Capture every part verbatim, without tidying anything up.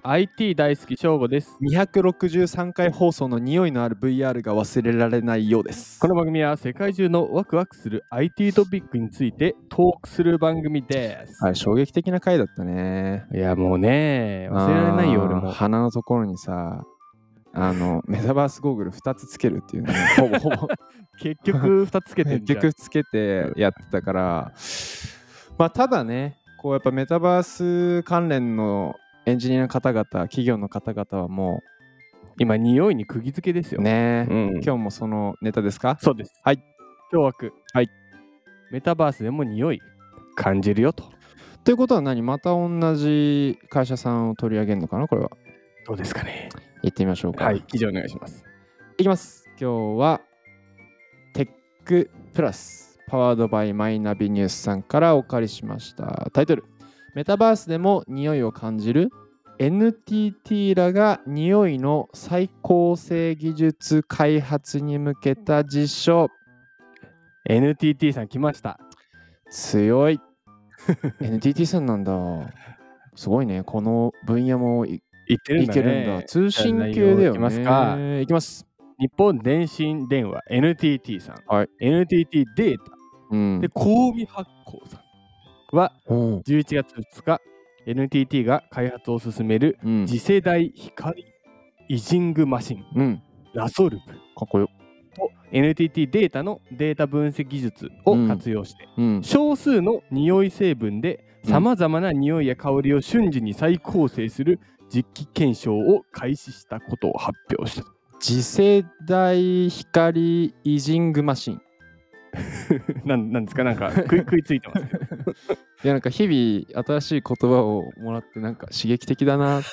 アイティー 大好き翔吾です。 にひゃくろくじゅうさんかい放送の匂いのある ブイアール が忘れられないようです。 この番組は世界中のワクワクする アイティー トピックについてトークする番組です。 はい、衝撃的な回だったね。 いやもうね、忘れられないよ俺も。 鼻のところにさ、あのメタバースゴーグルふたつつけるっていうね、ほぼほぼ結局ふたつつけてんじゃん。 結局つけてやってたから、まあただね、こうやっぱメタバース関連のエンジニアの方々、企業の方々はもう今匂いに釘付けですよね、 うん、 今日もそのネタですか？ そうです。 はい。 今日枠。 はい。 メタバースでも匂い感じるよと。 ということは何？また同じ会社さんを取り上げるのかなこれは。 どうですかね。 行ってみましょうか。 はい、記事お願いします。 いきます。今日はテックプラスパワードバイマイナビニュースさんからお借りしました。タイトル、メタバースでも匂いを感じる エヌティーティー らが匂いの再構成技術開発に向けた実証。 エヌティーティー さん来ました。 強いエヌティーティー さんなんだ。すごいね。この分野もいいってるんだね。 いけるんだ。通信系だよね。 いきますか。 いきます。 日本電信電話 エヌティーティー さん、 はい、 エヌティーティー データ、うん、で神戸発行さんはじゅういちがつふつか エヌティーティー が開発を進める次世代光イジングマシン、うん、ラソルブかっこよと エヌティーティー データのデータ分析技術を活用して、うんうん、少数の匂い成分でさまざまな匂いや香りを瞬時に再構成する実機検証を開始したことを発表した。 次世代光イジングマシンな, なんですかなんか食い食いついてますいやなんか日々新しい言葉をもらってなんか刺激的だなって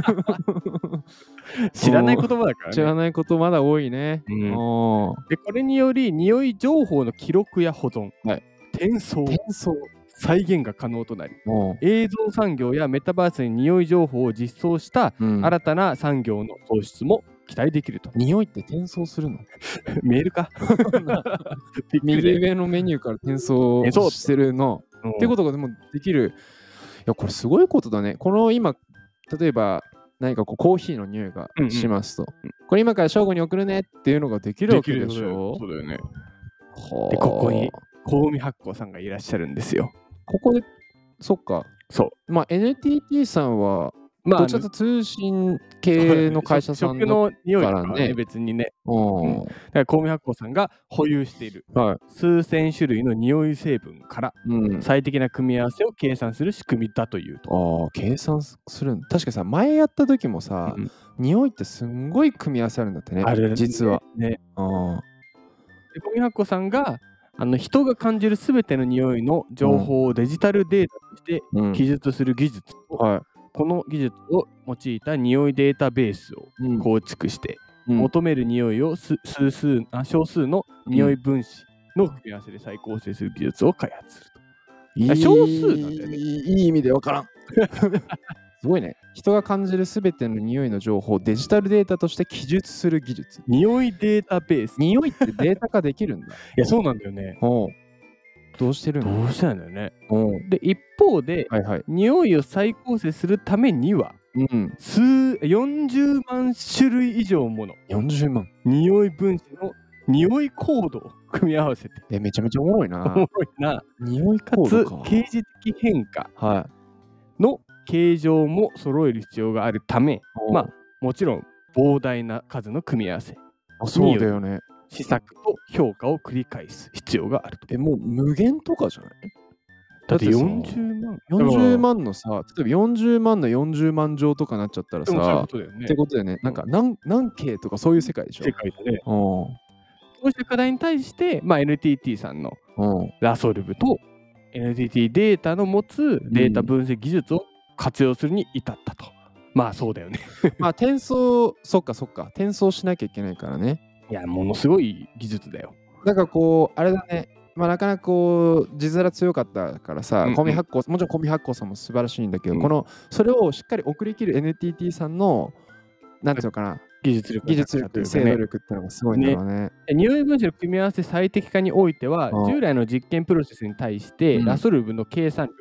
知らない言葉だからね。 知らないことまだ多いね、うん、 でこれにより匂い情報の記録や保存、はい、転送転送再現が可能となり、映像産業やメタバースに匂い情報を実装した新たな産業の創出も期待できると。 匂いって転送するの？ メールか右上のメニューから転送してるの、うん、ってことがでもできる。いやこれすごいことだね。この今例えば何かこうコーヒーの匂いがしますと、うんうん、これ今から正午に送るねっていうのができるわけでしょ。 そうだよね。でここに神戸発行さんがいらっしゃるんですよ。 ここでそっか。 そう。 まあ エヌティーティー さんはまあ、どちらかと通信系の会社さんだからね。 食の匂いとかね、別にね。うん、だから神戸発行さんが保有している、はい、数千種類の匂い成分から最適な組み合わせを計算する仕組みだというと。 ああ、計算するんだ。確かさ、前やった時もさ、うん、匂いってすんごい組み合わせあるんだってね。あれ実は。 ね。あで神戸発行さんがあの人が感じるすべての匂いの情報をデジタルデータとして記述する技術を、うんはいこの技術を用いた匂いデータベースを構築して、うん、求める匂いを数数あ少数の匂い分子の組み合わせで再構成する技術を開発すると。 いい少数なんだよね。いい意味でわからん。すごいね。人が感じるすべての匂いの情報をデジタルデータとして記述する技術。 匂いデータベース。 匂いってデータ化できるんだ。いや、そうなんだよね。 どうしてるの？ どうしてなんだよね。で一方で、はいはい、匂いを再構成するためには、うん、数よんじゅうまん種類以上ものよんじゅうまん匂い分子の匂いコードを組み合わせてえめちゃめちゃおもろいな。 おもろいな。 匂いコードか。 かつ形式的変化の形状も揃える必要があるため、まあもちろん膨大な数の組み合わせ。 あ、そうだよね。 試作と評価を繰り返す必要があると。 え、もう無限とかじゃない？ だってよんじゅうまん。 よんじゅうまんのさ、例えばよんじゅうまんのよんじゅうまん乗とかなっちゃったらさ、 そういうことだよね。 ってことだよね。なんか何、何系とかそういう世界でしょ。 世界でね。そうした課題に対して、まあ、エヌティーティー さんのラソルブと エヌティーティー データの持つデータ分析技術を活用するに至ったと。まあそうだよね。 まあ転送、そっかそっか。転送しなきゃいけないからね。 いや、ものすごい技術だよ。 なんかこう、あれだね。まあなかなかこう、字面強かったからさ、うんうん、コミ発行、もちろんコミ発行さんも素晴らしいんだけど、うん、この、それをしっかり送り切る エヌティーティー さんの、なんていうのかな、 技術力、 技術力、精度力っていうのがすごいんだろうね。ね匂い分子の組み合わせ最適化においては、従来の実験プロセスに対して、ラソルブの計算力と、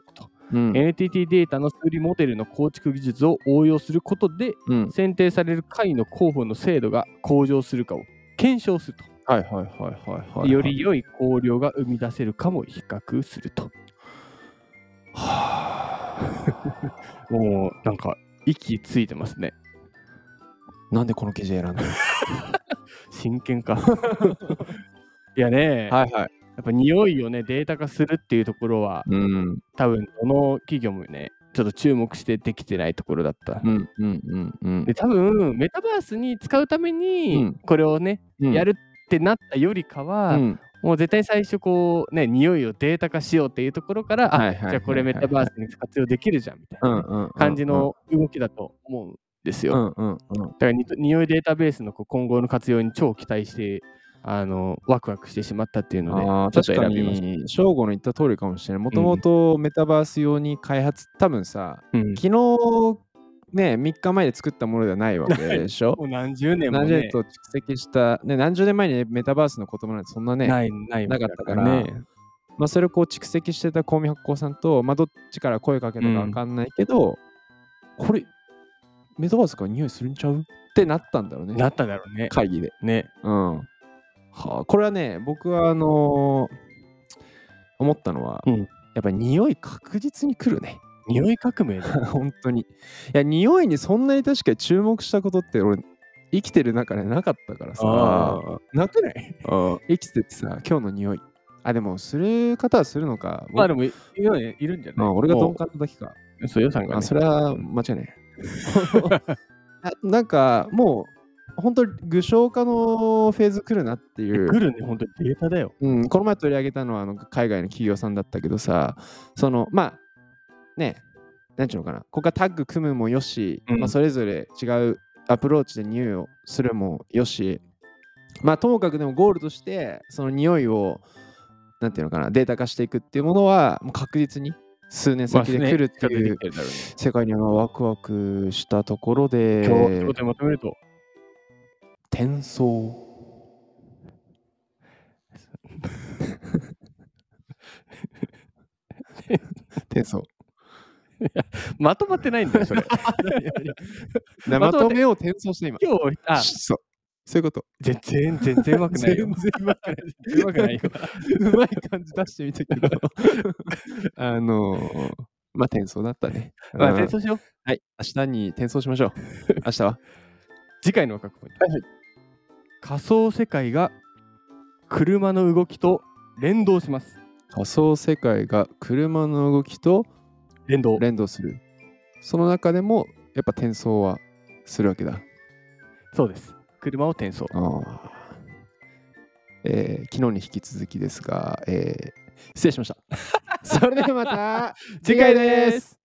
うん、 エヌティーティー データの数理モデルの構築技術を応用することで、 うん、 選定される解の候補の精度が向上するかを検証すると。 はいはいはいはいはい。 より良い考慮が生み出せるかも比較すると。 はあ、もうなんか息ついてますね。 なんでこの記事選んだの？ 真剣か。いやね、 はいはい。 やっぱ匂いをねデータ化するっていうところは、 うん、 多分どの企業もねちょっと注目してできてないところだった。 うんうんうんうん。 で多分メタバースに使うためうにんこれをね、 うん、 やるってなったよりかは、 うん、 もう絶対最初こうね匂いをデータ化しようっていうところから、 はいはいはいはい、 あ、じゃあこれメタバースに活用できるじゃんみたいな、ねうんうんうんうん、 感じの動きだと思うんですよ。 うんうんうん。 だからに匂いデータベースのこう今後の活用に超期待してあのワクワクしてしまったっていうので、 あちょっと確か選びました。 に、翔吾の言った通りかもしれない。もともとメタバース用に開発、多分さ、 うん、 昨日ね、みっかまえで作ったものではないわけでしょ。 もう何十年も何十ね年と蓄積した、ね、何十年前にメタバースの言葉なんてそんなね、 ないないなかったからね。 まあ、それをこう蓄積してた香美発酵さんと、まあ、どっちから声かけたか分かんないけど、これ、メタバースから匂いするんちゃうってなったんだろうね。 なっただろうね。 会議で。 ね。 うん。はあ、これはね、僕はあのー思ったのは、 うん、 やっぱり匂い確実に来るね。 匂い革命だよ。 本当に。いや、匂いにそんなに確かに注目したことって俺、生きてる中でなかったからさ、なくない生きててさ、今日の匂い。あ、でも、する方はするのか。 まあでもいるいるんじゃない？ あ俺が鈍感なだけか。 そう、予算が、ね。 あ、それは間違いない。なんか、もう、本当に具象化のフェーズ来るなっていう。 来るね、本当にデータだよ。 うん、この前取り上げたのはあの海外の企業さんだったけどさ、その、まあ、ね、なんちゅうのかな、ここがタッグ組むもよし、 うん、 まあ、それぞれ違うアプローチで匂いをするもよし、まあ、ともかくでもゴールとして、その匂いを、なんていうのかな、データ化していくっていうものは、もう確実に数年先で来るっていう、 まあね、 世界にはワクワクしたところで、 今日、今日でまとめると、 転送。転送。 まとまってないんだよ、それ。 まとめを転送して今。 今日、あ、 そう。そういうこと。 全然、全然うまくないよ。 全然うまくない。 うまくないよ。 うまい感じ出してみたけど。あのー、まあ、転送だったね。 まあ、転送しよう。 はい。明日に転送しましょう。明日は次回のワクワクポイント。はいはい。仮想世界が車の動きと連動します。 仮想世界が車の動きと連動連動する。その中でもやっぱ転送はするわけだ。 そうです。車を転送。 あえー、昨日に引き続きですが、えー、失礼しました。それではまた次回です。